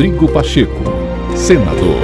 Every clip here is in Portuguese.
Rodrigo Pacheco, senador.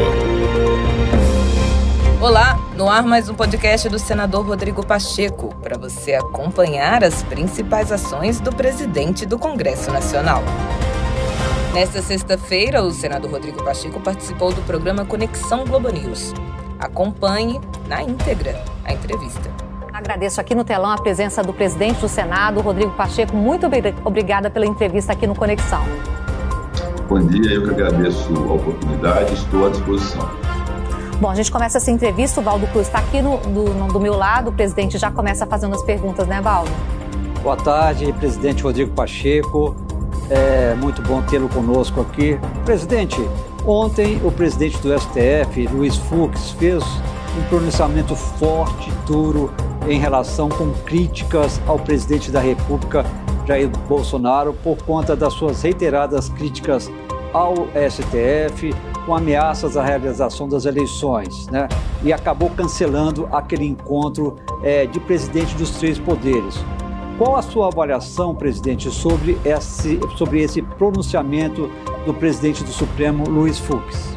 Olá, no ar mais um podcast do senador Rodrigo Pacheco, para você acompanhar as principais ações do presidente do Congresso Nacional. Nesta sexta-feira, o senador Rodrigo Pacheco participou do programa Conexão Globo News. Acompanhe na íntegra a entrevista. Agradeço aqui no telão a presença do presidente do Senado, Rodrigo Pacheco. Muito obrigada pela entrevista aqui no Conexão. Bom dia, eu que agradeço a oportunidade, estou à disposição. Bom, a gente começa essa entrevista, o Valdo Cruz está aqui do meu lado, o presidente já começa fazendo as perguntas, né, Valdo? Boa tarde, presidente Rodrigo Pacheco, é muito bom tê-lo conosco aqui. Presidente, ontem o presidente do STF, Luiz Fux, fez um pronunciamento forte, duro, em relação com críticas ao presidente da República, Jair Bolsonaro, por conta das suas reiteradas críticas ao STF, com ameaças à realização das eleições, né? E acabou cancelando aquele encontro de presidente dos três poderes. Qual a sua avaliação, presidente, sobre esse pronunciamento do presidente do Supremo, Luiz Fux?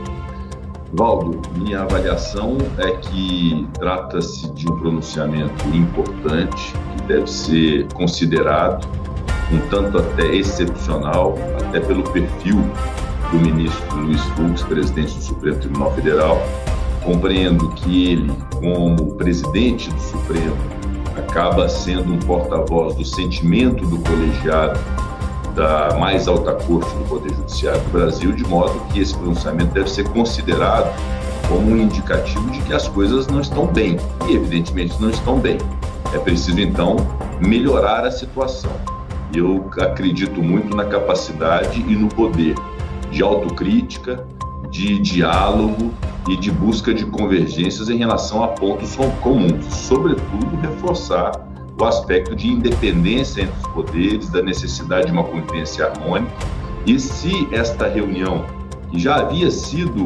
Valdo, minha avaliação é que trata-se de um pronunciamento importante, que deve ser considerado um tanto até excepcional, até pelo perfil do ministro Luiz Fux, presidente do Supremo Tribunal Federal. Compreendo que ele, como presidente do Supremo, acaba sendo um porta-voz do sentimento do colegiado da mais alta corte do Poder Judiciário do Brasil, de modo que esse pronunciamento deve ser considerado como um indicativo de que as coisas não estão bem, e evidentemente não estão bem. É preciso, então, melhorar a situação. Eu acredito muito na capacidade e no poder de autocrítica, de diálogo e de busca de convergências em relação a pontos comuns, sobretudo reforçar o aspecto de independência entre os poderes, da necessidade de uma convivência harmônica. E se esta reunião, que já havia sido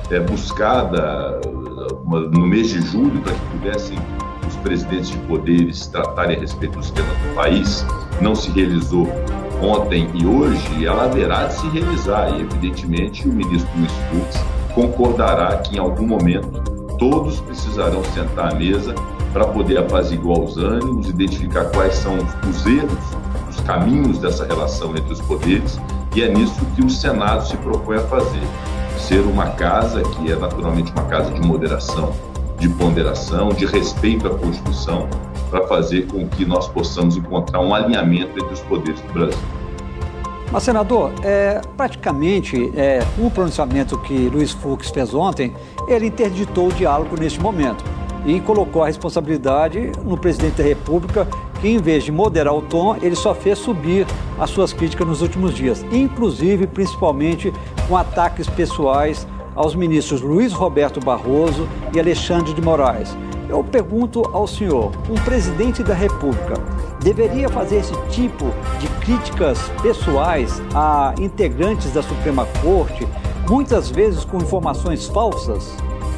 buscada no mês de julho para que pudessem os presidentes de poderes tratarem a respeito dos temas do país, não se realizou ontem e hoje, ela haverá de se realizar e, evidentemente, o ministro Luiz Fux concordará que, em algum momento, todos precisarão sentar à mesa para poder apaziguar os ânimos, identificar quais são os erros, os caminhos dessa relação entre os poderes, e é nisso que o Senado se propõe a fazer. Ser uma casa que é naturalmente uma casa de moderação, de ponderação, de respeito à Constituição, para fazer com que nós possamos encontrar um alinhamento entre os poderes do Brasil. Mas, senador, praticamente, com o pronunciamento que Luiz Fux fez ontem, ele interditou o diálogo neste momento e colocou a responsabilidade no presidente da República, que em vez de moderar o tom, ele só fez subir as suas críticas nos últimos dias, inclusive, principalmente, com ataques pessoais aos ministros Luiz Roberto Barroso e Alexandre de Moraes. Eu pergunto ao senhor, um presidente da República deveria fazer esse tipo de críticas pessoais a integrantes da Suprema Corte, muitas vezes com informações falsas?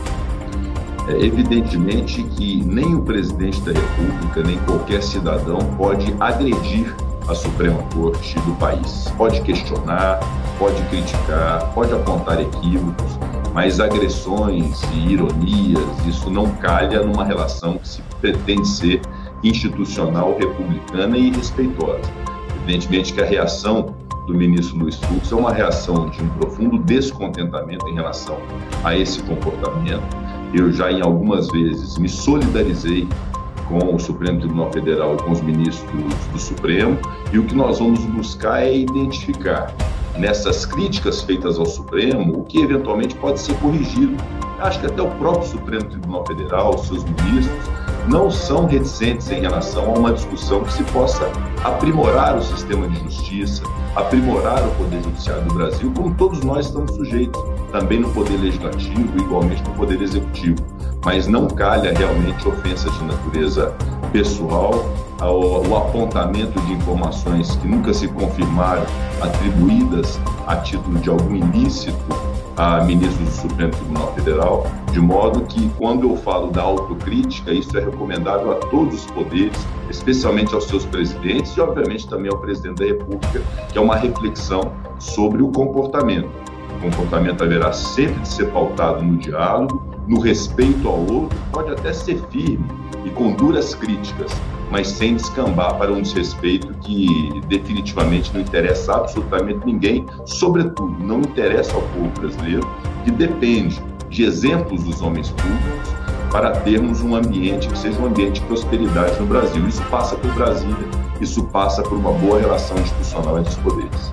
É evidentemente que nem o presidente da República, nem qualquer cidadão pode agredir a Suprema Corte do país. Pode questionar, pode criticar, pode apontar equívocos, mas agressões e ironias, isso não calha numa relação que se pretende ser institucional, republicana e respeitosa. Evidentemente que a reação do ministro Luiz Fux é uma reação de um profundo descontentamento em relação a esse comportamento. Eu já em algumas vezes me solidarizei com o Supremo Tribunal Federal e com os ministros do Supremo, e o que nós vamos buscar é identificar nessas críticas feitas ao Supremo o que eventualmente pode ser corrigido. Acho que até o próprio Supremo Tribunal Federal, os seus ministros, não são reticentes em relação a uma discussão que se possa aprimorar o sistema de justiça, aprimorar o Poder Judiciário do Brasil, como todos nós estamos sujeitos, também no Poder Legislativo, igualmente no Poder Executivo. Mas não calha realmente ofensas de natureza pessoal, o apontamento de informações que nunca se confirmaram, atribuídas a título de algum ilícito a ministros do Supremo Tribunal Federal, de modo que, quando eu falo da autocrítica, isso é recomendável a todos os poderes, especialmente aos seus presidentes e, obviamente, também ao presidente da República, que é uma reflexão sobre o comportamento. O comportamento haverá sempre de ser pautado no diálogo, no respeito ao outro, pode até ser firme e com duras críticas, mas sem descambar para um desrespeito que definitivamente não interessa a absolutamente ninguém, sobretudo não interessa ao povo brasileiro, que depende de exemplos dos homens públicos para termos um ambiente que seja um ambiente de prosperidade no Brasil. Isso passa por Brasília, isso passa por uma boa relação institucional entre os poderes.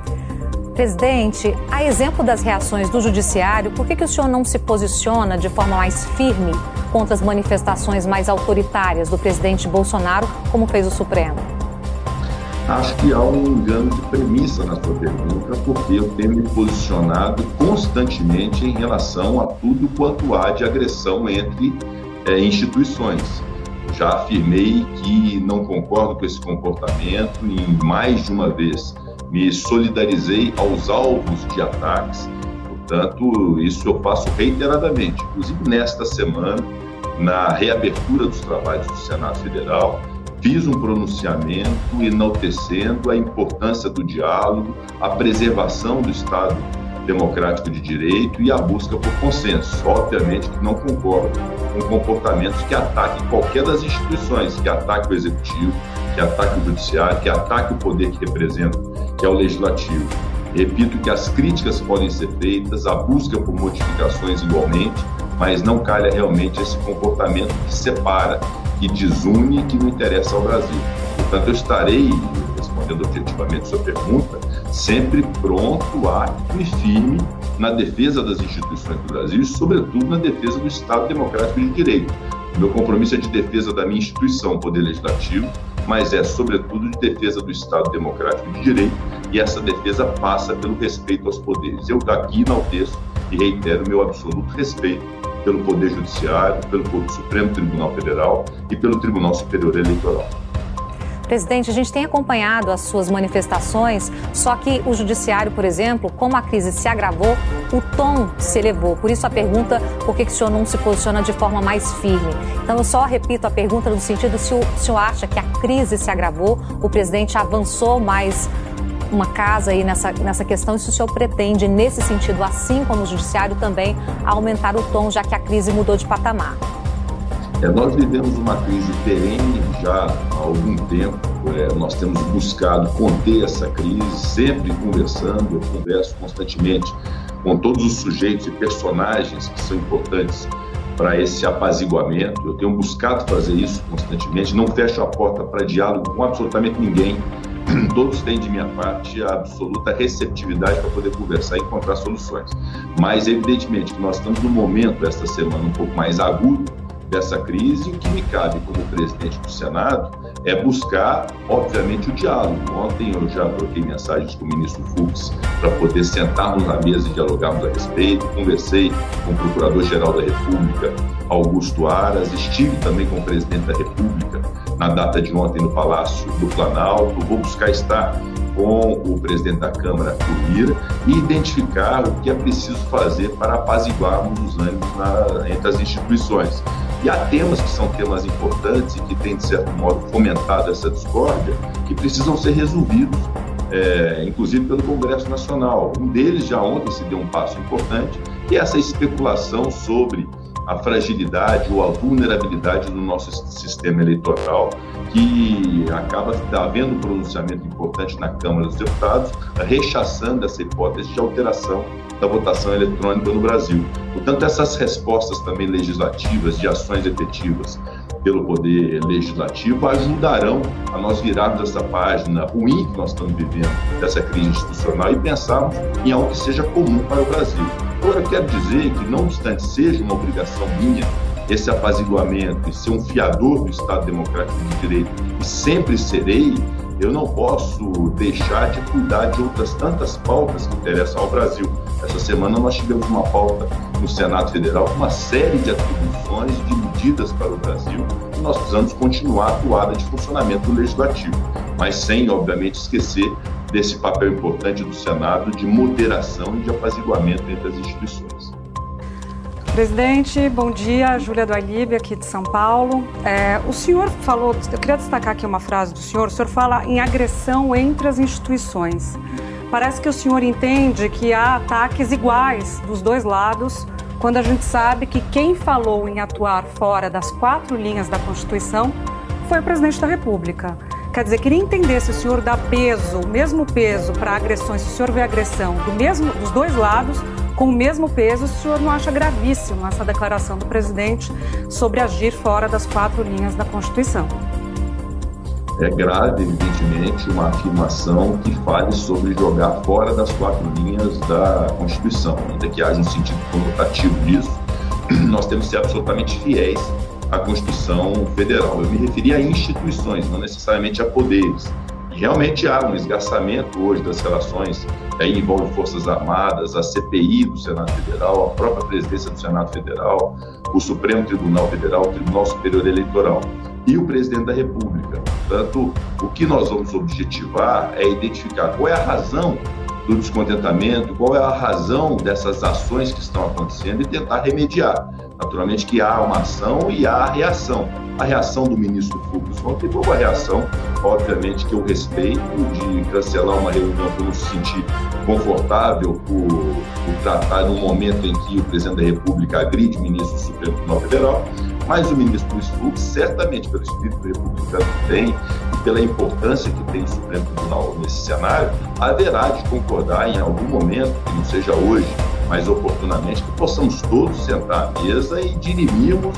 Presidente, a exemplo das reações do Judiciário, por que o senhor não se posiciona de forma mais firme contra as manifestações mais autoritárias do presidente Bolsonaro, como fez o Supremo? Acho que há um engano de premissa na sua pergunta, porque eu tenho me posicionado constantemente em relação a tudo quanto há de agressão entre instituições. Já afirmei que não concordo com esse comportamento e mais de uma vez me solidarizei aos alvos de ataques, portanto, isso eu faço reiteradamente. Inclusive, nesta semana, na reabertura dos trabalhos do Senado Federal, fiz um pronunciamento enaltecendo a importância do diálogo, a preservação do Estado democrático de direito e a busca por consenso. Obviamente que não concordo com comportamentos que ataquem qualquer das instituições, que ataquem o Executivo, que ataquem o Judiciário, que ataquem o poder que representa, que é o Legislativo. Repito que as críticas podem ser feitas, a busca por modificações igualmente, mas não calha realmente esse comportamento que separa, que desune e que não interessa ao Brasil. Portanto, eu estarei, respondendo objetivamente sua pergunta, sempre pronto, apto e firme na defesa das instituições do Brasil e, sobretudo, na defesa do Estado democrático de direito. O meu compromisso é de defesa da minha instituição, o Poder Legislativo, mas é, sobretudo, de defesa do Estado democrático de direito, e essa defesa passa pelo respeito aos poderes. Eu aqui enalteço e reitero meu absoluto respeito pelo Poder Judiciário, pelo Supremo Tribunal Federal e pelo Tribunal Superior Eleitoral. Presidente, a gente tem acompanhado as suas manifestações, só que o Judiciário, por exemplo, como a crise se agravou, o tom se elevou. Por isso a pergunta, por que o senhor não se posiciona de forma mais firme? Então eu só repito a pergunta no sentido se o senhor acha que a crise se agravou, o presidente avançou mais uma casa aí nessa questão, e se o senhor pretende, nesse sentido, assim como o Judiciário, também aumentar o tom, já que a crise mudou de patamar. Nós vivemos uma crise perene já há algum tempo. Nós temos buscado conter essa crise, sempre conversando. Eu converso constantemente com todos os sujeitos e personagens que são importantes para esse apaziguamento. Eu tenho buscado fazer isso constantemente, não fecho a porta para diálogo com absolutamente ninguém. Todos têm de minha parte a absoluta receptividade para poder conversar e encontrar soluções. Mas, evidentemente, que nós estamos num momento, esta semana, um pouco mais agudo dessa crise, e o que me cabe como presidente do Senado é buscar, obviamente, o diálogo. Ontem eu já troquei mensagens com o ministro Fux para poder sentarmos na mesa e dialogarmos a respeito. Conversei com o Procurador-Geral da República, Augusto Aras, estive também com o Presidente da República na data de ontem no Palácio do Planalto. Vou buscar estar com o Presidente da Câmara, o Lira, e identificar o que é preciso fazer para apaziguarmos os ânimos entre as instituições. E há temas que são temas importantes e que têm, de certo modo, fomentado essa discórdia, que precisam ser resolvidos, inclusive pelo Congresso Nacional. Um deles, já ontem, se deu um passo importante, que é essa especulação sobre a fragilidade ou a vulnerabilidade do nosso sistema eleitoral, que acaba havendo um pronunciamento importante na Câmara dos Deputados, rechaçando essa hipótese de alteração da votação eletrônica no Brasil. Portanto, essas respostas também legislativas, de ações efetivas pelo Poder Legislativo, ajudarão a nós virarmos essa página ruim que nós estamos vivendo, dessa crise institucional, e pensarmos em algo que seja comum para o Brasil. Agora, eu quero dizer que, não obstante seja uma obrigação minha esse apaziguamento e ser um fiador do Estado Democrático de Direito, e sempre serei, eu não posso deixar de cuidar de outras tantas pautas que interessam ao Brasil. Essa semana nós tivemos uma pauta no Senado Federal com uma série de atribuições, de medidas para o Brasil, e nós precisamos continuar a atuada de funcionamento do Legislativo, mas sem, obviamente, esquecer desse papel importante do Senado de moderação e de apaziguamento entre as instituições. Presidente, bom dia. Júlia do Alíbia, aqui de São Paulo. O senhor falou, eu queria destacar aqui uma frase do senhor, o senhor fala em agressão entre as instituições. parece que o senhor entende que há ataques iguais dos dois lados, quando a gente sabe que quem falou em atuar fora das 4 linhas da Constituição foi o presidente da República. Quer dizer, queria entender se o senhor dá peso, o mesmo peso para agressões, se o senhor vê agressão dos dois lados, com o mesmo peso, se o senhor não acha gravíssimo essa declaração do presidente sobre agir fora das 4 linhas da Constituição. É grave, evidentemente, uma afirmação que fale sobre jogar fora das 4 linhas da Constituição. Ainda que haja um sentido conotativo nisso, nós temos que ser absolutamente fiéis à Constituição Federal. Eu me referi a instituições, não necessariamente a poderes. E realmente há um esgarçamento hoje das relações, aí envolve Forças Armadas, a CPI do Senado Federal, a própria presidência do Senado Federal, o Supremo Tribunal Federal, o Tribunal Superior Eleitoral e o presidente da República. Portanto, o que nós vamos objetivar é identificar qual é a razão do descontentamento, qual é a razão dessas ações que estão acontecendo e tentar remediar. Naturalmente que há uma ação e há a reação. A reação do ministro Fux ontem foi uma reação, obviamente, que eu respeito, de cancelar uma reunião por não se sentir confortável por tratar num momento em que o presidente da República agride o ministro do Supremo Tribunal Federal, mas o ministro Luiz Fux, certamente pelo espírito republicano que tem e pela importância que tem o Supremo Tribunal nesse cenário, haverá de concordar em algum momento, que não seja hoje, mas oportunamente, que possamos todos sentar à mesa e dirimirmos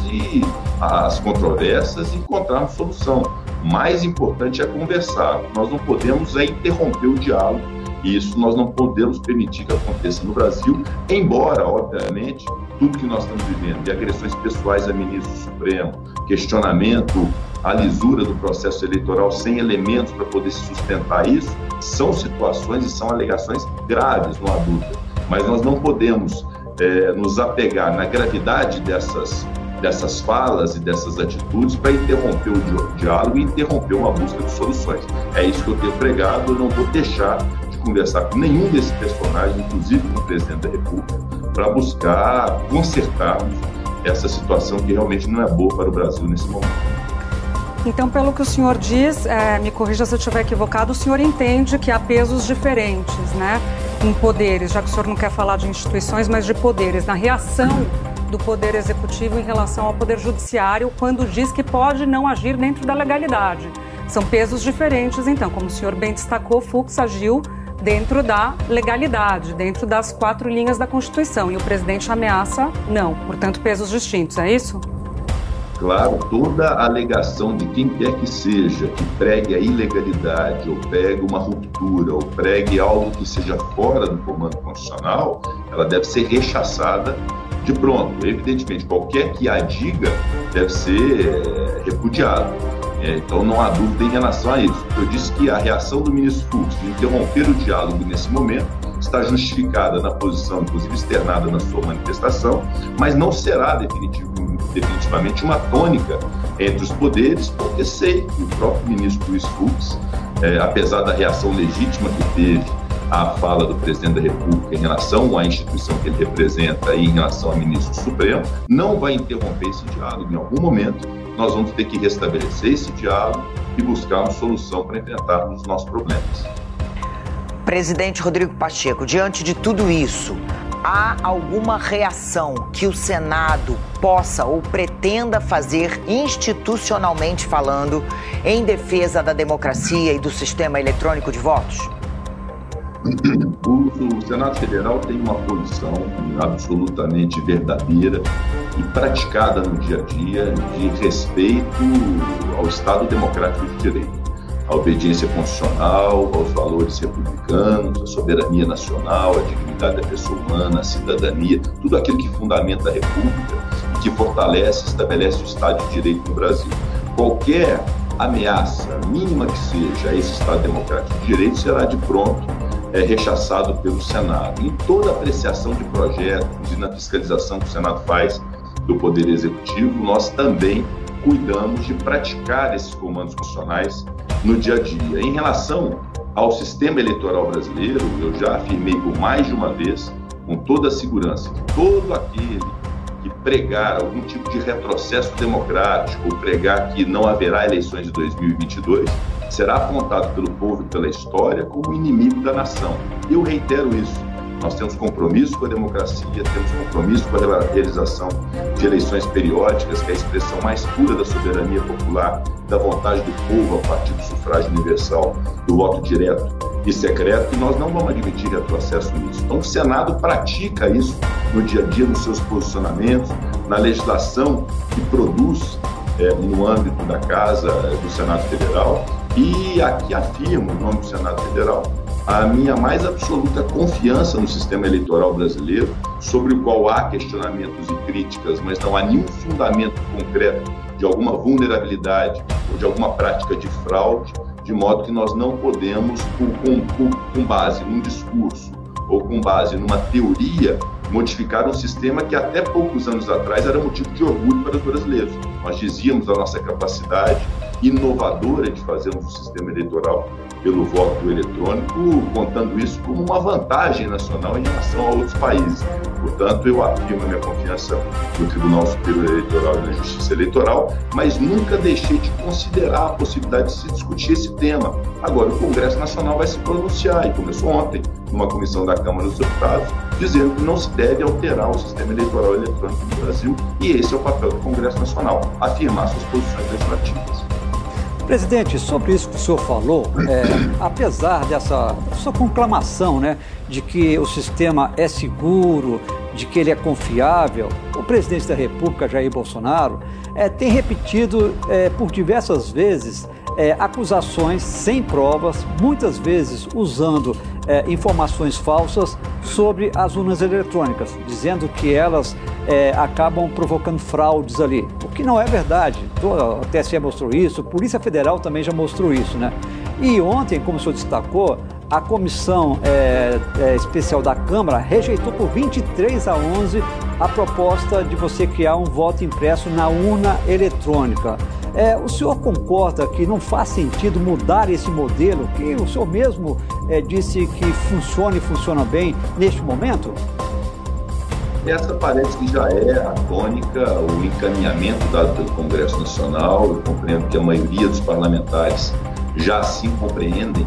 as controvérsias e encontrarmos solução. O mais importante é conversar. Nós não podemos interromper o diálogo, e isso nós não podemos permitir que aconteça no Brasil, embora, obviamente, tudo que nós estamos vivendo, de agressões pessoais a ministro do Supremo, questionamento à lisura do processo eleitoral sem elementos para poder se sustentar isso, são situações e são alegações graves, não há dúvida. Mas nós não podemos nos apegar na gravidade dessas falas e dessas atitudes para interromper o diálogo e interromper uma busca de soluções. É isso que eu tenho pregado, eu não vou deixar de conversar com nenhum desses personagens, inclusive com o presidente da República, para buscar consertarmos essa situação que realmente não é boa para o Brasil nesse momento. Então, pelo que o senhor diz, me corrija se eu estiver equivocado, o senhor entende que há pesos diferentes, né, em poderes, já que o senhor não quer falar de instituições, mas de poderes, na reação do Poder Executivo em relação ao Poder Judiciário, quando diz que pode não agir dentro da legalidade. São pesos diferentes, então, como o senhor bem destacou, Fux agiu dentro da legalidade, dentro das 4 linhas da Constituição, e o presidente ameaça não, portanto, pesos distintos, é isso? Claro, toda alegação de quem quer que seja que pregue a ilegalidade, ou pregue uma ruptura, ou pregue algo que seja fora do comando constitucional, ela deve ser rechaçada de pronto. Evidentemente, qualquer que a diga deve ser repudiado. Então não há dúvida em relação a isso. Eu disse que a reação do ministro Fux de interromper o diálogo nesse momento está justificada na posição, inclusive externada na sua manifestação, mas não será definitivamente uma tônica entre os poderes, porque sei que o próprio ministro Luiz Fux, apesar da reação legítima que teve à fala do presidente da República em relação à instituição que ele representa e em relação ao ministro Supremo, não vai interromper esse diálogo. Em algum momento, nós vamos ter que restabelecer esse diálogo e buscar uma solução para enfrentarmos os nossos problemas. Presidente Rodrigo Pacheco, diante de tudo isso, há alguma reação que o Senado possa ou pretenda fazer institucionalmente falando em defesa da democracia e do sistema eletrônico de votos? O Senado Federal tem uma posição absolutamente verdadeira e praticada no dia a dia de respeito ao Estado Democrático de Direito, à obediência constitucional, aos valores republicanos, à soberania nacional, à dignidade da pessoa humana, à cidadania, tudo aquilo que fundamenta a República e que fortalece e estabelece o Estado de Direito no Brasil. Qualquer ameaça, mínima que seja, a esse Estado Democrático de Direito será de pronto rechaçado pelo Senado. Em toda apreciação de projetos e na fiscalização que o Senado faz do Poder Executivo, nós também cuidamos de praticar esses comandos constitucionais no dia a dia. Em relação ao sistema eleitoral brasileiro, eu já afirmei por mais de uma vez, com toda a segurança, que todo aquele e pregar algum tipo de retrocesso democrático, ou pregar que não haverá eleições de 2022, será apontado pelo povo e pela história como inimigo da nação. Eu reitero isso. Nós temos compromisso com a democracia, temos compromisso com a realização de eleições periódicas, que é a expressão mais pura da soberania popular, da vontade do povo a partir do sufrágio universal, do voto direto e secreto, e nós não vamos admitir retrocesso nisso. Então, o Senado pratica isso no dia a dia, nos seus posicionamentos, na legislação que produz no âmbito da Casa do Senado Federal, e aqui afirmo, em nome do Senado Federal, a minha mais absoluta confiança no sistema eleitoral brasileiro, sobre o qual há questionamentos e críticas, mas não há nenhum fundamento concreto de alguma vulnerabilidade ou de alguma prática de fraude, de modo que nós não podemos, com base num discurso ou com base numa teoria, modificar um sistema que até poucos anos atrás era motivo de orgulho para os brasileiros. Nós dizíamos da nossa capacidade inovadora de fazermos um sistema eleitoral pelo voto eletrônico, contando isso como uma vantagem nacional em relação a outros países. Portanto, eu afirmo a minha confiança no Tribunal Superior Eleitoral e na Justiça Eleitoral, mas nunca deixei de considerar a possibilidade de se discutir esse tema. Agora, o Congresso Nacional vai se pronunciar, e começou ontem, numa comissão da Câmara dos Deputados, dizendo que não se deve alterar o sistema eleitoral eletrônico no Brasil, e esse é o papel do Congresso Nacional, afirmar suas posições legislativas. Presidente, sobre isso que o senhor falou, apesar dessa sua conclamação, né, de que o sistema é seguro, de que ele é confiável, o presidente da República, Jair Bolsonaro, tem repetido por diversas vezes acusações sem provas, muitas vezes usando informações falsas sobre as urnas eletrônicas, dizendo que elas acabam provocando fraudes ali, o que não é verdade. O TSE mostrou isso, a Polícia Federal também já mostrou isso, né? E ontem, como o senhor destacou, a Comissão Especial da Câmara rejeitou por 23-11 a proposta de você criar um voto impresso na urna eletrônica. O senhor concorda que não faz sentido mudar esse modelo, que o senhor mesmo disse que funciona e funciona bem neste momento? Essa parece que já é a tônica, o encaminhamento dado pelo Congresso Nacional. Eu compreendo que a maioria dos parlamentares já assim compreendem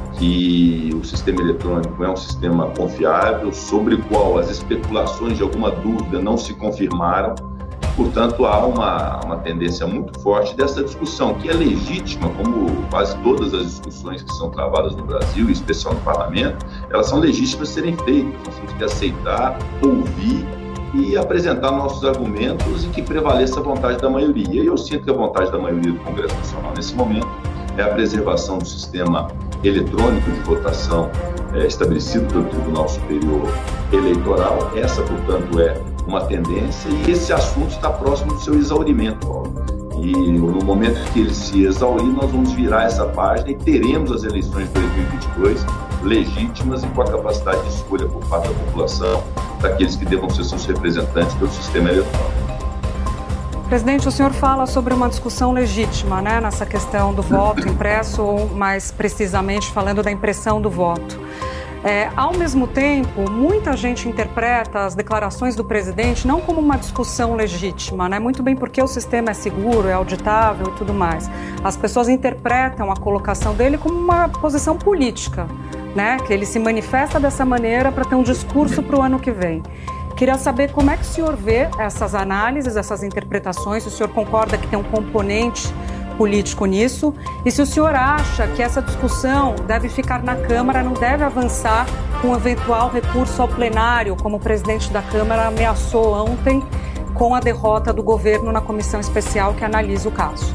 que o sistema eletrônico é um sistema confiável, sobre o qual as especulações de alguma dúvida não se confirmaram. Portanto, há uma tendência muito forte dessa discussão, que é legítima, como quase todas as discussões que são travadas no Brasil, em especial no Parlamento, elas são legítimas de serem feitas. Nós temos que aceitar, ouvir e apresentar nossos argumentos e que prevaleça a vontade da maioria. E eu sinto que a vontade da maioria do Congresso Nacional, nesse momento, é a preservação do sistema eletrônico de votação estabelecido pelo Tribunal Superior Eleitoral. Essa, portanto, é uma tendência, e esse assunto está próximo do seu exaurimento, Paulo. E no momento que ele se exaurir, nós vamos virar essa página e teremos as eleições de 2022 legítimas e com a capacidade de escolha por parte da população, daqueles que devam ser seus representantes pelo sistema eletrônico. Presidente, o senhor fala sobre uma discussão legítima, né, nessa questão do voto impresso, ou mais precisamente falando da impressão do voto. Ao mesmo tempo, muita gente interpreta as declarações do presidente não como uma discussão legítima, né? Muito bem porque o sistema é seguro, é auditável e tudo mais. As pessoas interpretam a colocação dele como uma posição política, né? Que ele se manifesta dessa maneira para ter um discurso para o ano que vem. Queria saber como é que o senhor vê essas análises, essas interpretações, se o senhor concorda que tem um componente político nisso, e se o senhor acha que essa discussão deve ficar na Câmara, não deve avançar com um eventual recurso ao plenário, como o presidente da Câmara ameaçou ontem com a derrota do governo na comissão especial que analisa o caso.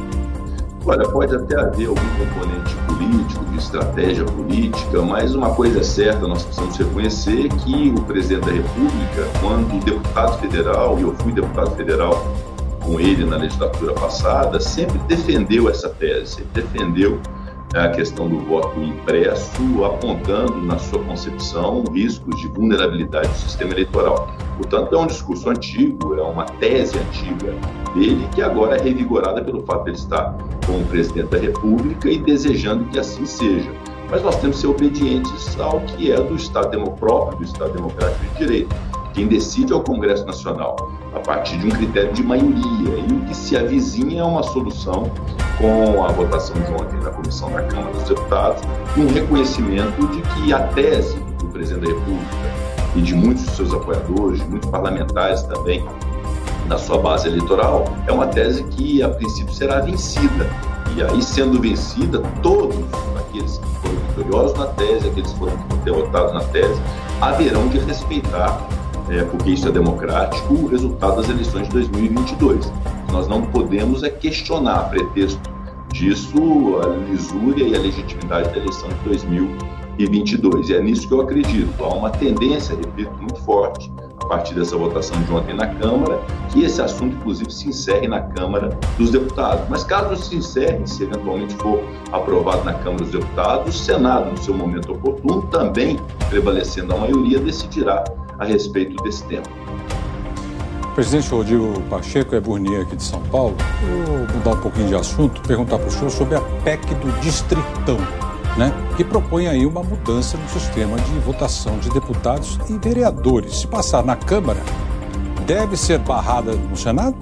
Olha, pode até haver algum componente político, de estratégia política, mas uma coisa é certa, nós precisamos reconhecer que o presidente da República, quando deputado federal, e eu fui deputado federal com ele na legislatura passada, sempre defendeu essa tese, sempre defendeu a questão do voto impresso, apontando na sua concepção riscos de vulnerabilidade do sistema eleitoral. Portanto, é um discurso antigo, é uma tese antiga dele, que agora é revigorada pelo fato de ele estar como presidente da República e desejando que assim seja. Mas nós temos que ser obedientes ao que é do Estado próprio, do Estado Democrático de Direito. Quem decide é o Congresso Nacional, a partir de um critério de maioria. E o que se avizinha é uma solução com a votação de ontem na Comissão da Câmara dos Deputados e um reconhecimento de que a tese do presidente da República e de muitos de seus apoiadores, de muitos parlamentares também da sua base eleitoral, é uma tese que, a princípio, será vencida. E aí, sendo vencida, todos aqueles que foram vitoriosos na tese, aqueles que foram derrotados na tese, haverão de respeitar, porque isso é democrático, o resultado das eleições de 2022. Nós não podemos questionar, a pretexto disso, a lisúria e a legitimidade da eleição de 2022. E é nisso que eu acredito. Há uma tendência, repito, muito forte, a partir dessa votação de ontem na Câmara, que esse assunto, inclusive, se encerre na Câmara dos Deputados. Mas caso se encerre, se eventualmente for aprovado na Câmara dos Deputados, o Senado, no seu momento oportuno, também prevalecendo a maioria, decidirá a respeito desse tema. Presidente Rodrigo Pacheco, Burnier aqui de São Paulo. Eu vou mudar um pouquinho de assunto, perguntar para o senhor sobre a PEC do Distritão, né, que propõe aí uma mudança no sistema de votação de deputados e vereadores. Se passar na Câmara, deve ser barrada no Senado?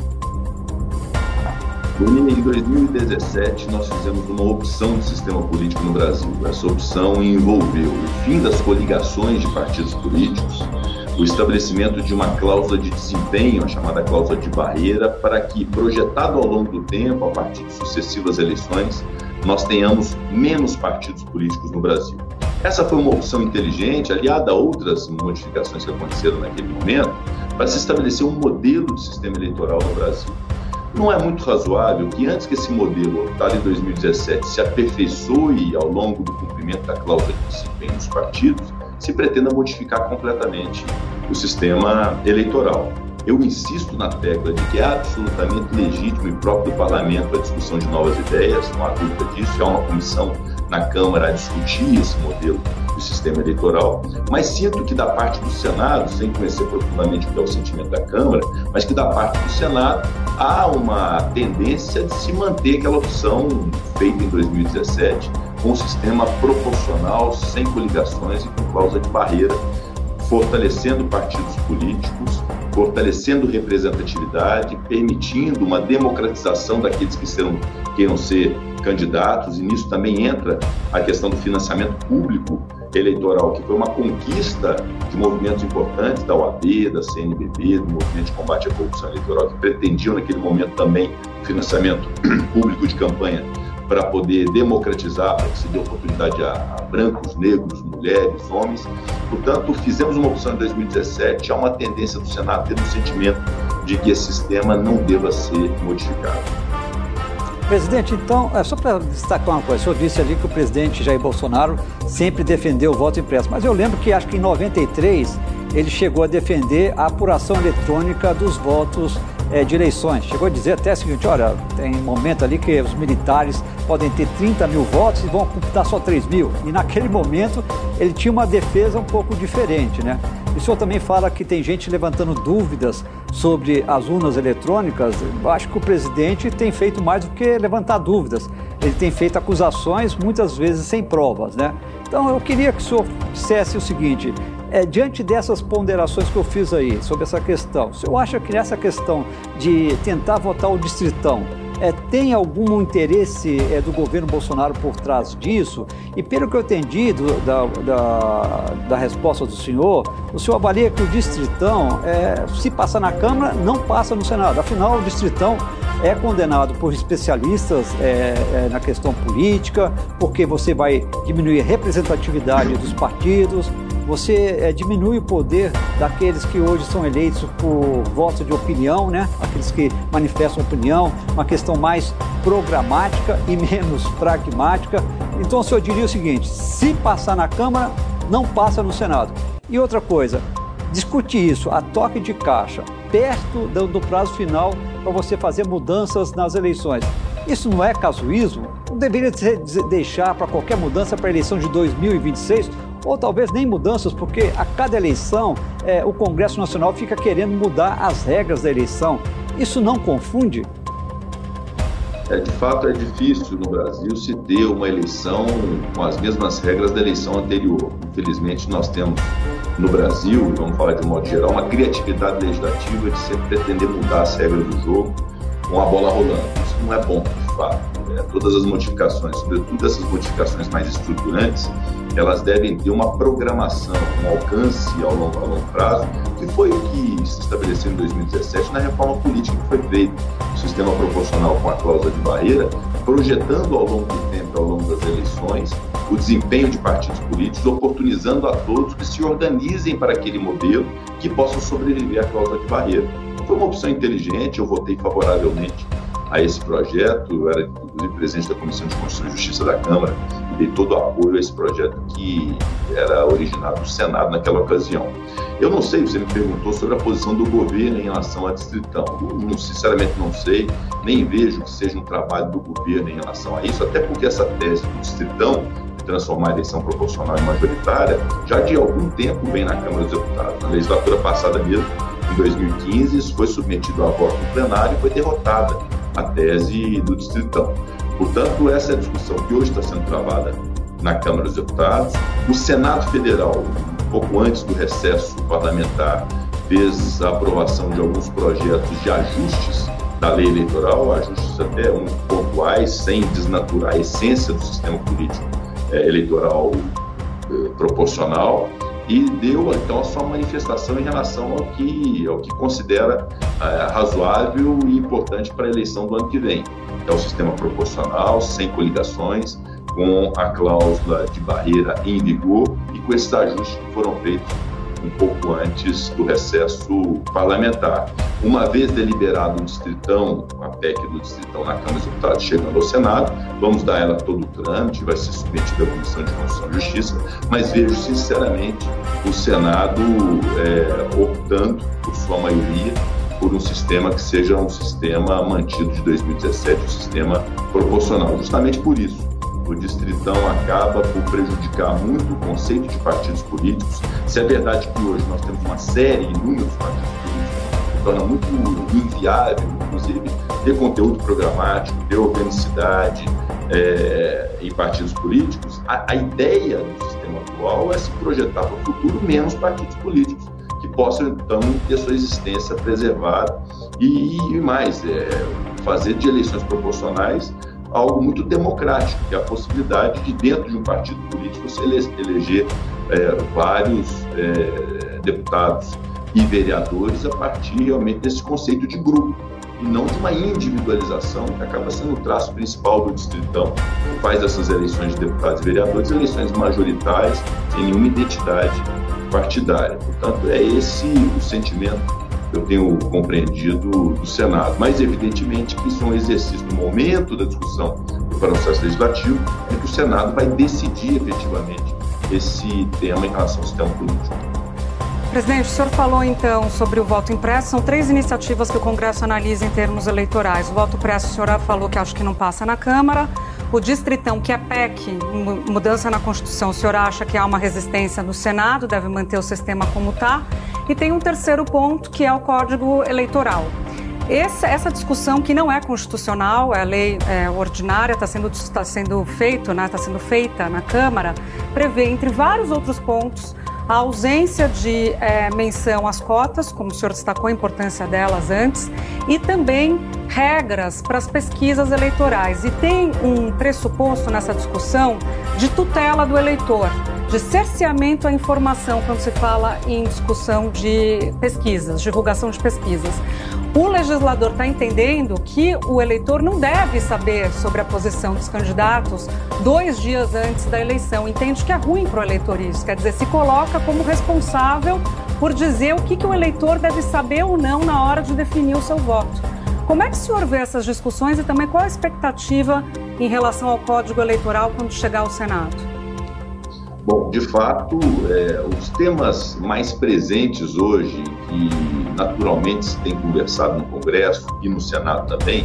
Em 2017, nós fizemos uma opção de sistema político no Brasil. Essa opção envolveu o fim das coligações de partidos políticos, o estabelecimento de uma cláusula de desempenho, a chamada cláusula de barreira, para que, projetado ao longo do tempo, a partir de sucessivas eleições, nós tenhamos menos partidos políticos no Brasil. Essa foi uma opção inteligente, aliada a outras modificações que aconteceram naquele momento, para se estabelecer um modelo de sistema eleitoral no Brasil. Não é muito razoável que, antes que esse modelo, optado em 2017, se aperfeiçoe ao longo do cumprimento da cláusula de desempenho dos partidos, se pretenda modificar completamente o sistema eleitoral. Eu insisto na tecla de que é absolutamente legítimo e próprio do Parlamento a discussão de novas ideias, não há dúvida disso, há uma comissão na Câmara a discutir esse modelo do sistema eleitoral, mas sinto que da parte do Senado, sem conhecer profundamente o que é o sentimento da Câmara, mas que da parte do Senado há uma tendência de se manter aquela opção feita em 2017, com um sistema proporcional, sem coligações e com cláusula de barreira, fortalecendo partidos políticos, fortalecendo representatividade, permitindo uma democratização daqueles que queiram ser candidatos, e nisso também entra a questão do financiamento público eleitoral, que foi uma conquista de movimentos importantes da OAB, da CNBB, do Movimento de Combate à Corrupção Eleitoral, que pretendiam naquele momento também o financiamento público de campanha para poder democratizar, para que se dê oportunidade a brancos, negros, mulheres, homens. Portanto, fizemos uma opção em 2017, há uma tendência do Senado ter um sentimento de que esse sistema não deva ser modificado. Presidente, então, só para destacar uma coisa, o senhor disse ali que o presidente Jair Bolsonaro sempre defendeu o voto impresso, mas eu lembro que acho que em 93 ele chegou a defender a apuração eletrônica dos votos de eleições. Chegou a dizer até o seguinte, olha, tem um momento ali que os militares podem ter 30 mil votos e vão computar só 3 mil. E naquele momento ele tinha uma defesa um pouco diferente, né? E o senhor também fala que tem gente levantando dúvidas sobre as urnas eletrônicas. Eu acho que o presidente tem feito mais do que levantar dúvidas. Ele tem feito acusações, muitas vezes sem provas, né? Então eu queria que o senhor dissesse o seguinte, diante dessas ponderações que eu fiz aí sobre essa questão, o senhor acha que nessa questão de tentar votar o distritão, tem algum interesse do governo Bolsonaro por trás disso? E pelo que eu entendi da resposta do senhor, o senhor avalia que o distritão, se passar na Câmara, não passa no Senado. Afinal, o distritão é condenado por especialistas na questão política, porque você vai diminuir a representatividade dos partidos, você diminui o poder daqueles que hoje são eleitos por voto de opinião, né? Aqueles que manifestam opinião, uma questão mais programática e menos pragmática. Então o senhor diria o seguinte, se passar na Câmara, não passa no Senado. E outra coisa, discute isso a toque de caixa, perto do prazo final para você fazer mudanças nas eleições. Isso não é casuísmo? Não deveria deixar para qualquer mudança para a eleição de 2026? Ou talvez nem mudanças, porque a cada eleição o Congresso Nacional fica querendo mudar as regras da eleição. Isso não confunde? De fato, é difícil no Brasil se ter uma eleição com as mesmas regras da eleição anterior. Infelizmente, nós temos no Brasil, vamos falar de um modo geral, uma criatividade legislativa de sempre pretender mudar as regras do jogo com a bola rolando. Isso não é bom, de fato. Todas as modificações, sobretudo essas modificações mais estruturantes, elas devem ter uma programação, um alcance a longo prazo, que foi o que se estabeleceu em 2017 na reforma política que foi feita, o sistema proporcional com a cláusula de barreira, projetando ao longo do tempo, ao longo das eleições, o desempenho de partidos políticos, oportunizando a todos que se organizem para aquele modelo que possam sobreviver à cláusula de barreira. Foi uma opção inteligente, eu votei favoravelmente a esse projeto, eu era inclusive presidente da Comissão de Constituição e Justiça da Câmara e dei todo o apoio a esse projeto que era originado do Senado naquela ocasião. Eu não sei, você me perguntou sobre a posição do governo em relação à distritão. Eu, sinceramente, não sei, nem vejo que seja um trabalho do governo em relação a isso, até porque essa tese do distritão, de transformar a eleição proporcional em majoritária, já de algum tempo vem na Câmara dos Deputados. Na legislatura passada mesmo, em 2015, isso foi submetido a voto no plenário e foi derrotada a tese do distritão. Portanto, essa é a discussão que hoje está sendo travada na Câmara dos Deputados. O Senado Federal, um pouco antes do recesso parlamentar, fez a aprovação de alguns projetos de ajustes da lei eleitoral, ajustes até muito pontuais, sem desnaturar a essência do sistema político eleitoral proporcional, e deu, então, a sua manifestação em relação ao que considera razoável e importante para a eleição do ano que vem. É o sistema proporcional, sem coligações, com a cláusula de barreira em vigor e com esses ajustes que foram feitos um pouco antes do recesso parlamentar. Uma vez deliberado o distritão, a PEC do distritão na Câmara dos Deputados chegando ao Senado, vamos dar ela todo o trâmite, vai ser submetida à Comissão de Constituição e Justiça, mas vejo sinceramente o Senado optando, por sua maioria, por um sistema que seja um sistema mantido de 2017, um sistema proporcional. Justamente por isso, o distritão acaba por prejudicar muito o conceito de partidos políticos. Se é verdade que hoje nós temos uma série, inúmeros partidos políticos, que torna muito inviável, inclusive, ter conteúdo programático, ter organicidade em partidos políticos, a ideia do sistema atual é se projetar para o futuro menos partidos políticos, que possam, então, ter sua existência preservada e mais, fazer de eleições proporcionais algo muito democrático, que é a possibilidade de, dentro de um partido político, você eleger vários deputados e vereadores a partir realmente desse conceito de grupo, e não de uma individualização, que acaba sendo o traço principal do distritão, que faz dessas eleições de deputados e vereadores eleições majoritárias, sem nenhuma identidade partidária. Portanto, é esse o sentimento que eu tenho compreendido do Senado. Mas, evidentemente, que isso é um exercício no momento da discussão do processo legislativo, é que o Senado vai decidir efetivamente esse tema em relação ao sistema político. Presidente, o senhor falou então sobre o voto impresso. São 3 iniciativas que o Congresso analisa em termos eleitorais. O voto impresso, o senhor falou que acho que não passa na Câmara. O distritão, que é PEC, mudança na Constituição, o senhor acha que há uma resistência no Senado, deve manter o sistema como está. E tem um terceiro ponto, que é o Código Eleitoral. Essa discussão, que não é constitucional, é lei ordinária, está sendo feita na Câmara, prevê, entre vários outros pontos, a ausência de menção às cotas, como o senhor destacou a importância delas antes, e também regras para as pesquisas eleitorais. E tem um pressuposto nessa discussão de tutela do eleitor, de cerceamento à informação quando se fala em discussão de pesquisas, divulgação de pesquisas. O legislador está entendendo que o eleitor não deve saber sobre a posição dos candidatos 2 dias antes da eleição. Entende que é ruim para o eleitor isso, quer dizer, se coloca como responsável por dizer o que o eleitor deve saber ou não na hora de definir o seu voto. Como é que o senhor vê essas discussões e também qual a expectativa em relação ao Código Eleitoral quando chegar ao Senado? Bom, de fato, os temas mais presentes hoje, que naturalmente se tem conversado no Congresso e no Senado também,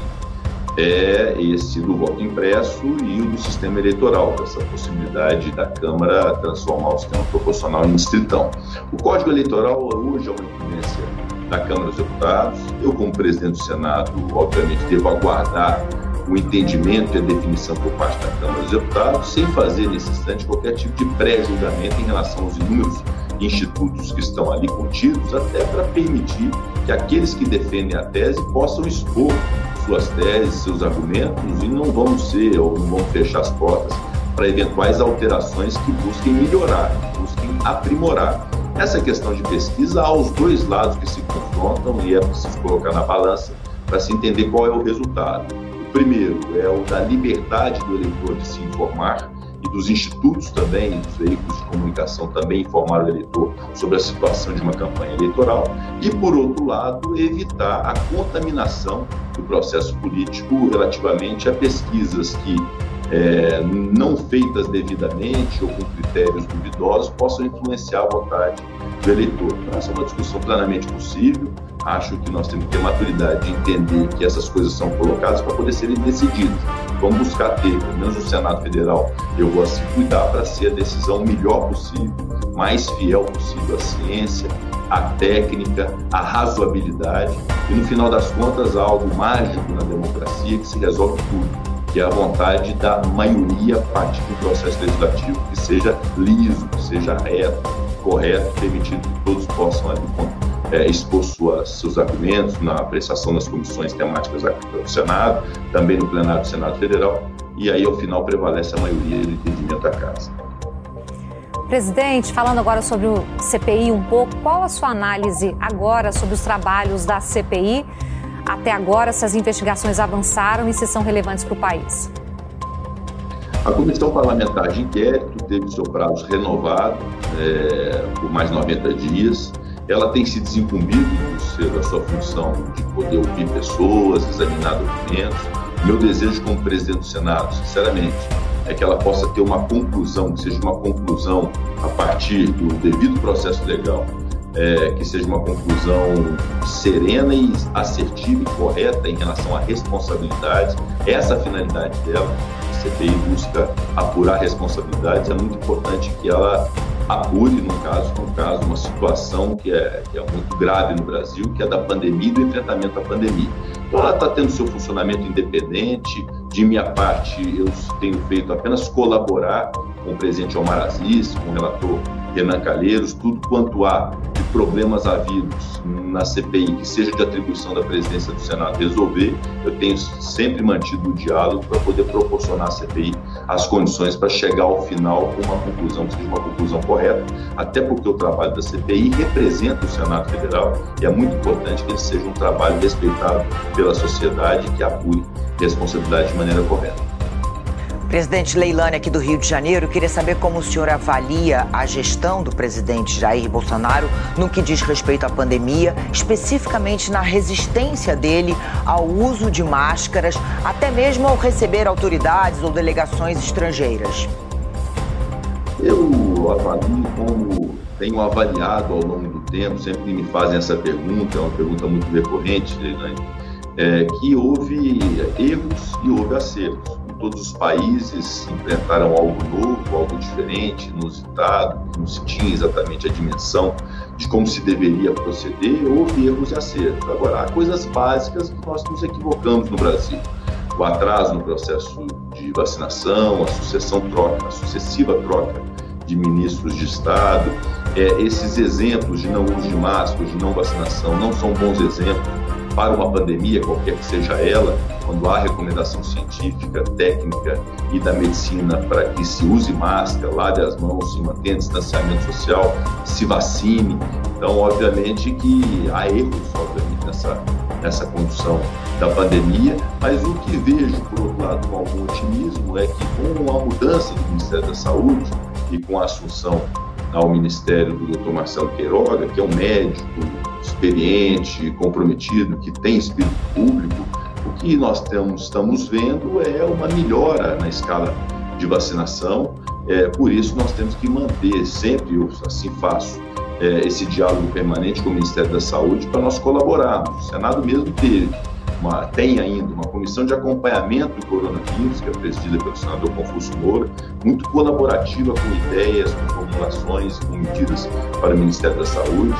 é esse do voto impresso e o do sistema eleitoral, essa possibilidade da Câmara transformar o sistema proporcional em distritão. O Código Eleitoral hoje é uma incumbência da Câmara dos Deputados. Eu, como presidente do Senado, obviamente devo aguardar o entendimento e a definição por parte da Câmara dos Deputados, sem fazer nesse instante qualquer tipo de pré-julgamento em relação aos inúmeros institutos que estão ali contidos, até para permitir que aqueles que defendem a tese possam expor suas teses, seus argumentos, e não vamos fechar as portas para eventuais alterações que busquem melhorar, que busquem aprimorar. Essa questão de pesquisa, há os dois lados que se confrontam e é preciso colocar na balança para se entender qual é o resultado. O primeiro é o da liberdade do eleitor de se informar, e dos institutos também, dos veículos de comunicação também informar o eleitor sobre a situação de uma campanha eleitoral, e, por outro lado, evitar a contaminação do processo político relativamente a pesquisas que, não feitas devidamente ou com critérios duvidosos, possam influenciar a vontade do eleitor. Então, essa é uma discussão plenamente possível. Acho que nós temos que ter maturidade de entender que essas coisas são colocadas para poder serem decididas. Vamos buscar ter, pelo menos no Senado Federal, eu vou assim cuidar para ser a decisão melhor possível, mais fiel possível à ciência, à técnica, à razoabilidade, e no final das contas há algo mágico na democracia que se resolve tudo, que é a vontade da maioria partir do processo legislativo que seja liso, que seja reto, correto, permitindo que todos possam ali expor seus argumentos na apreciação das comissões temáticas do Senado, também no plenário do Senado Federal, e aí ao final prevalece a maioria do entendimento da Casa. Presidente, falando agora sobre o CPI um pouco, qual a sua análise agora sobre os trabalhos da CPI? Até agora, se as investigações avançaram e se são relevantes para o país? A Comissão Parlamentar de Inquérito teve seu prazo renovado por mais 90 dias. Ela tem se desincumbido da sua função de poder ouvir pessoas, examinar documentos. Meu desejo como presidente do Senado, sinceramente, é que ela possa ter uma conclusão, que seja uma conclusão a partir do devido processo legal, que seja uma conclusão serena e assertiva e correta em relação a responsabilidades. Essa é a finalidade dela. A CPI busca apurar responsabilidades. É muito importante que ela apure, no caso, uma situação que é muito grave no Brasil, que é da pandemia e do enfrentamento à pandemia. Então, ela está tendo seu funcionamento independente. De minha parte, eu tenho feito apenas colaborar com o presidente Omar Aziz, com o relator Renan Calheiros, tudo quanto há de problemas havidos na CPI, que seja de atribuição da presidência do Senado resolver. Eu tenho sempre mantido o diálogo para poder proporcionar à CPI as condições para chegar ao final com uma conclusão que seja uma conclusão correta, até porque o trabalho da CPI representa o Senado Federal e é muito importante que ele seja um trabalho respeitado pela sociedade, que apure responsabilidade de maneira correta. Presidente Leilane, aqui do Rio de Janeiro, queria saber como o senhor avalia a gestão do presidente Jair Bolsonaro no que diz respeito à pandemia, especificamente na resistência dele ao uso de máscaras, até mesmo ao receber autoridades ou delegações estrangeiras. Eu avalio como tenho avaliado ao longo do tempo, sempre que me fazem essa pergunta, é uma pergunta muito recorrente, Leilane, que houve erros e houve acertos. Todos os países enfrentaram algo novo, algo diferente, inusitado, não se tinha exatamente a dimensão de como se deveria proceder, houve erros e acertos. Agora, há coisas básicas que nós nos equivocamos no Brasil. O atraso no processo de vacinação, a sucessiva troca de ministros de Estado, esses exemplos de não uso de máscaras, de não vacinação, não são bons exemplos para uma pandemia, qualquer que seja ela, quando há recomendação científica, técnica e da medicina para que se use máscara, lave as mãos, se mantenha distanciamento social, se vacine. Então, obviamente que há erros, nessa condução da pandemia, mas o que vejo, por outro lado, com algum otimismo, é que com a mudança do Ministério da Saúde e com a assunção ao Ministério do Dr. Marcelo Queiroga, que é um médico experiente, comprometido, que tem espírito público, o que nós estamos vendo é uma melhora na escala de vacinação. Por isso, nós temos que manter sempre, eu assim faço, esse diálogo permanente com o Ministério da Saúde para nós colaborarmos. O Senado mesmo tem ainda uma comissão de acompanhamento do coronavírus, que é presidida pelo senador Confúcio Moura, muito colaborativa com ideias, com formulações, com medidas para o Ministério da Saúde.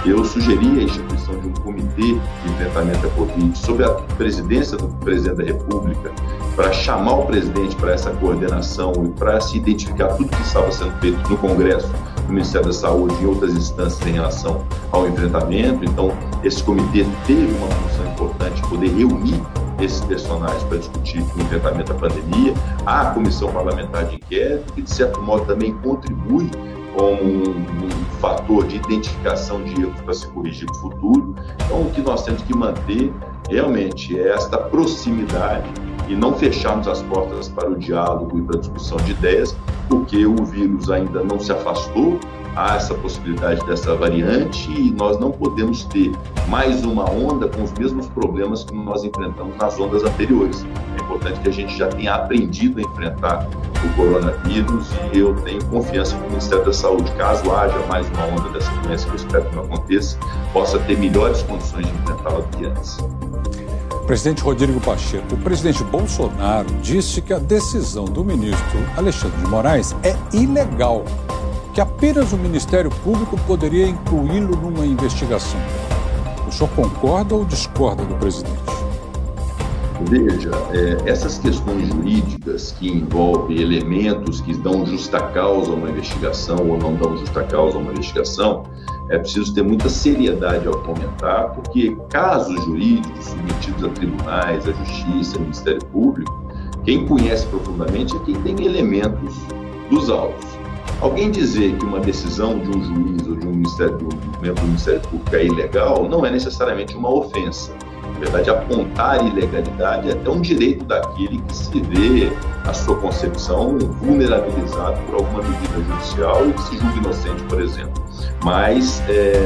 eu sugeri a instituição de um comitê de enfrentamento à Covid sob a presidência do presidente da República para chamar o presidente para essa coordenação e para se identificar tudo que estava sendo feito no Congresso, no Ministério da Saúde e outras instâncias em relação ao enfrentamento. Então, esse comitê teve uma função importante de poder reunir esses personagens para discutir o enfrentamento à pandemia. Há a Comissão Parlamentar de Inquérito, que de certo modo também contribui como um fator de identificação de erros para se corrigir no futuro. Então, o que nós temos que manter realmente é esta proximidade e não fecharmos as portas para o diálogo e para a discussão de ideias, porque o vírus ainda não se afastou, há essa possibilidade dessa variante e nós não podemos ter mais uma onda com os mesmos problemas que nós enfrentamos nas ondas anteriores. É importante que a gente já tenha aprendido a enfrentar o coronavírus e eu tenho confiança que o Ministério da Saúde, caso haja mais uma onda dessa doença, que eu espero que não aconteça, possa ter melhores condições de enfrentá-la do que antes. Presidente Rodrigo Pacheco, o presidente Bolsonaro disse que a decisão do ministro Alexandre de Moraes é ilegal, que apenas o Ministério Público poderia incluí-lo numa investigação. O senhor concorda ou discorda do presidente? Veja, essas questões jurídicas que envolvem elementos que dão justa causa a uma investigação ou não dão justa causa a uma investigação, é preciso ter muita seriedade ao comentar, porque casos jurídicos submetidos a tribunais, a justiça, ao Ministério Público, quem conhece profundamente é quem tem elementos dos autos. Alguém dizer que uma decisão de um juiz ou de um membro do Ministério Público é ilegal não é necessariamente uma ofensa. Na verdade, apontar ilegalidade é até um direito daquele que se vê a sua concepção vulnerabilizado por alguma medida judicial e que se julga inocente, por exemplo. Mas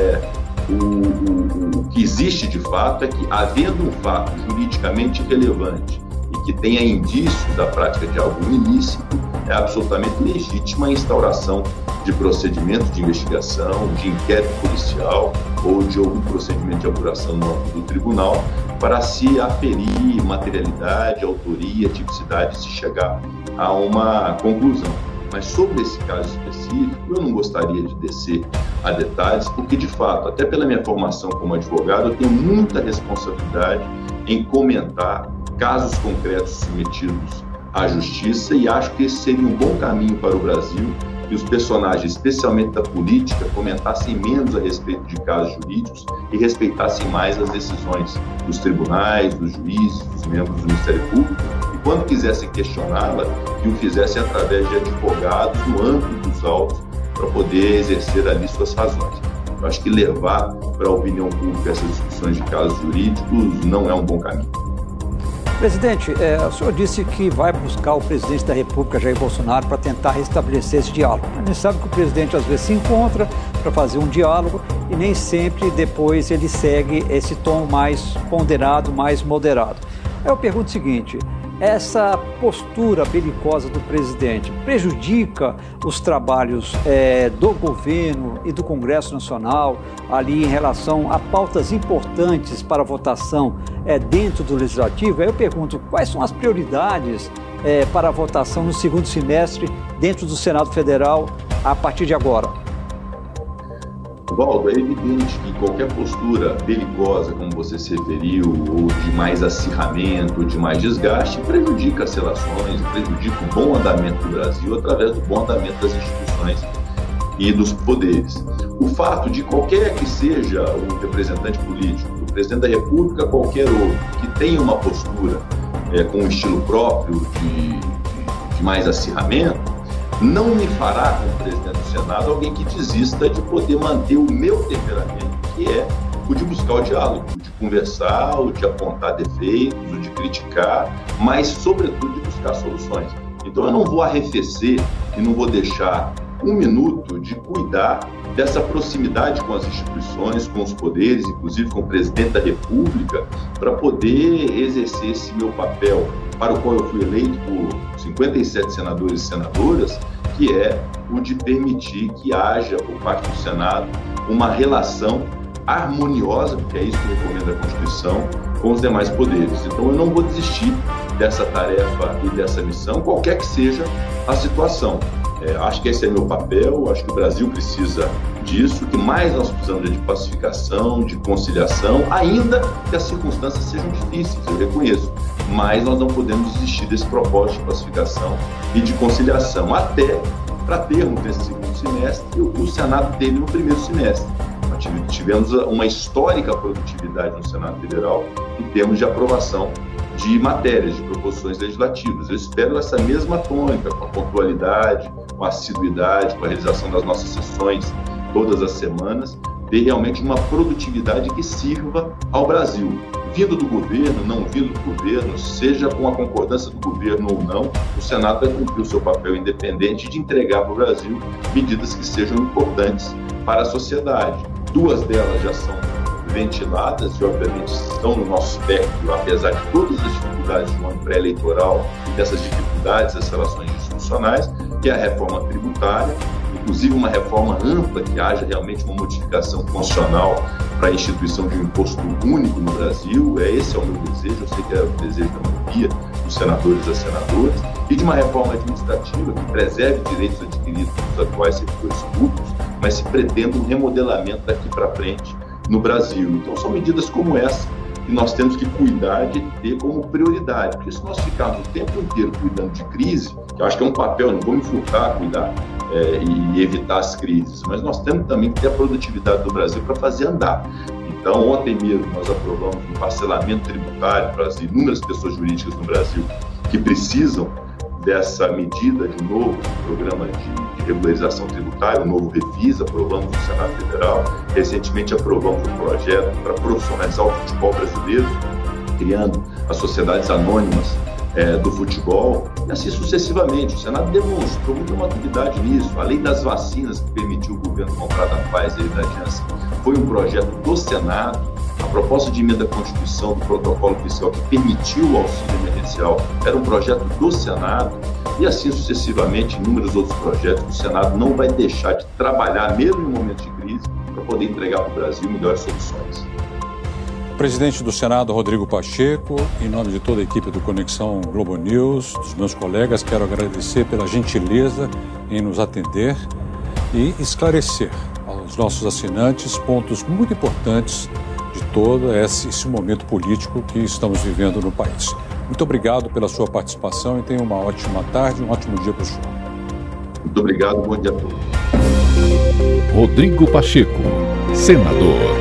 o que existe de fato é que, havendo um fato juridicamente relevante e que tenha indícios da prática de algum ilícito, é absolutamente legítima a instauração de procedimentos de investigação, de inquérito policial ou de algum procedimento de apuração no âmbito do tribunal para se aferir materialidade, autoria, tipicidade e se chegar a uma conclusão. Mas sobre esse caso específico, eu não gostaria de descer a detalhes, porque de fato, até pela minha formação como advogado, eu tenho muita responsabilidade em comentar casos concretos submetidos à justiça e acho que esse seria um bom caminho para o Brasil, que os personagens, especialmente da política, comentassem menos a respeito de casos jurídicos e respeitassem mais as decisões dos tribunais, dos juízes, dos membros do Ministério Público, e quando quisessem questioná-la, que o fizessem através de advogados no âmbito dos autos para poder exercer ali suas razões. Eu acho que levar para a opinião pública essas discussões de casos jurídicos não é um bom caminho. Presidente, o senhor disse que vai buscar o presidente da República, Jair Bolsonaro, para tentar restabelecer esse diálogo. A gente sabe que o presidente às vezes se encontra para fazer um diálogo e nem sempre depois ele segue esse tom mais ponderado, mais moderado. Eu pergunto o seguinte: essa postura belicosa do presidente prejudica os trabalhos do governo e do Congresso Nacional ali em relação a pautas importantes para votação dentro do Legislativo? Aí eu pergunto, quais são as prioridades para a votação no segundo semestre dentro do Senado Federal a partir de agora? Valdo, é evidente que qualquer postura belicosa, como você se referiu, ou de mais acirramento, de mais desgaste, prejudica as relações, prejudica o bom andamento do Brasil através do bom andamento das instituições e dos poderes. O fato de qualquer que seja o representante político, do presidente da República, qualquer outro, que tenha uma postura com um estilo próprio de mais acirramento, não me fará, como presidente do Senado, alguém que desista de poder manter o meu temperamento, que é o de buscar o diálogo, o de conversar, o de apontar defeitos, o de criticar, mas, sobretudo, de buscar soluções. Então, eu não vou arrefecer e não vou deixar um minuto de cuidar dessa proximidade com as instituições, com os poderes, inclusive com o presidente da República, para poder exercer esse meu papel, para o qual eu fui eleito por 57 senadores e senadoras, que é o de permitir que haja, por parte do Senado, uma relação harmoniosa, porque é isso que recomenda a Constituição, com os demais poderes. Então eu não vou desistir dessa tarefa e dessa missão, qualquer que seja a situação. Acho que esse é meu papel, acho que o Brasil precisa disso, que mais nós precisamos de pacificação, de conciliação, ainda que as circunstâncias sejam difíceis, eu reconheço, mas nós não podemos desistir desse propósito de pacificação e de conciliação, até para termos nesse segundo semestre o que o Senado teve no primeiro semestre. Nós tivemos uma histórica produtividade no Senado Federal em termos de aprovação de matérias, de proposições legislativas. Eu espero essa mesma tônica, com a pontualidade, com a assiduidade, com a realização das nossas sessões todas as semanas, ter realmente uma produtividade que sirva ao Brasil. Vindo do governo, não vindo do governo, seja com a concordância do governo ou não, o Senado vai cumprir o seu papel independente de entregar para o Brasil medidas que sejam importantes para a sociedade. 2 delas já são ventiladas e, obviamente, estão no nosso espectro, apesar de todas as dificuldades de um ano pré-eleitoral e dessas dificuldades das relações institucionais, que é a reforma tributária, inclusive uma reforma ampla, que haja realmente uma modificação constitucional para a instituição de um imposto único no Brasil. Esse é o meu desejo, eu sei que é o desejo da maioria dos senadores e das senadoras, e de uma reforma administrativa que preserve direitos adquiridos dos atuais servidores públicos, mas se pretenda um remodelamento daqui para frente no Brasil. Então, são medidas como essa que nós temos que cuidar de ter como prioridade, porque se nós ficarmos o tempo inteiro cuidando de crise, que eu acho que é um papel, não vou me furtar a cuidar e evitar as crises, mas nós temos também que ter a produtividade do Brasil para fazer andar. Então, ontem mesmo nós aprovamos um parcelamento tributário para as inúmeras pessoas jurídicas no Brasil que precisam dessa medida de um novo programa de regularização tributária, o novo Refis, aprovamos no Senado Federal. Recentemente aprovamos um projeto para profissionalizar o futebol brasileiro, criando as sociedades anônimas do futebol, e assim sucessivamente. O Senado demonstrou muita maturidade nisso. A lei das vacinas, que permitiu o governo comprar da Pfizer e da Janssen, foi um projeto do Senado. A proposta de emenda à Constituição do protocolo fiscal que permitiu o auxílio emergencial era um projeto do Senado, e assim sucessivamente inúmeros outros projetos que o Senado não vai deixar de trabalhar, mesmo em momentos de crise, para poder entregar para o Brasil melhores soluções. Presidente do Senado, Rodrigo Pacheco, em nome de toda a equipe do Conexão Globo News, dos meus colegas, quero agradecer pela gentileza em nos atender e esclarecer aos nossos assinantes pontos muito importantes de todo esse momento político que estamos vivendo no país. Muito obrigado pela sua participação e tenha uma ótima tarde, um ótimo dia para o senhor. Muito obrigado, bom dia a todos. Rodrigo Pacheco, senador.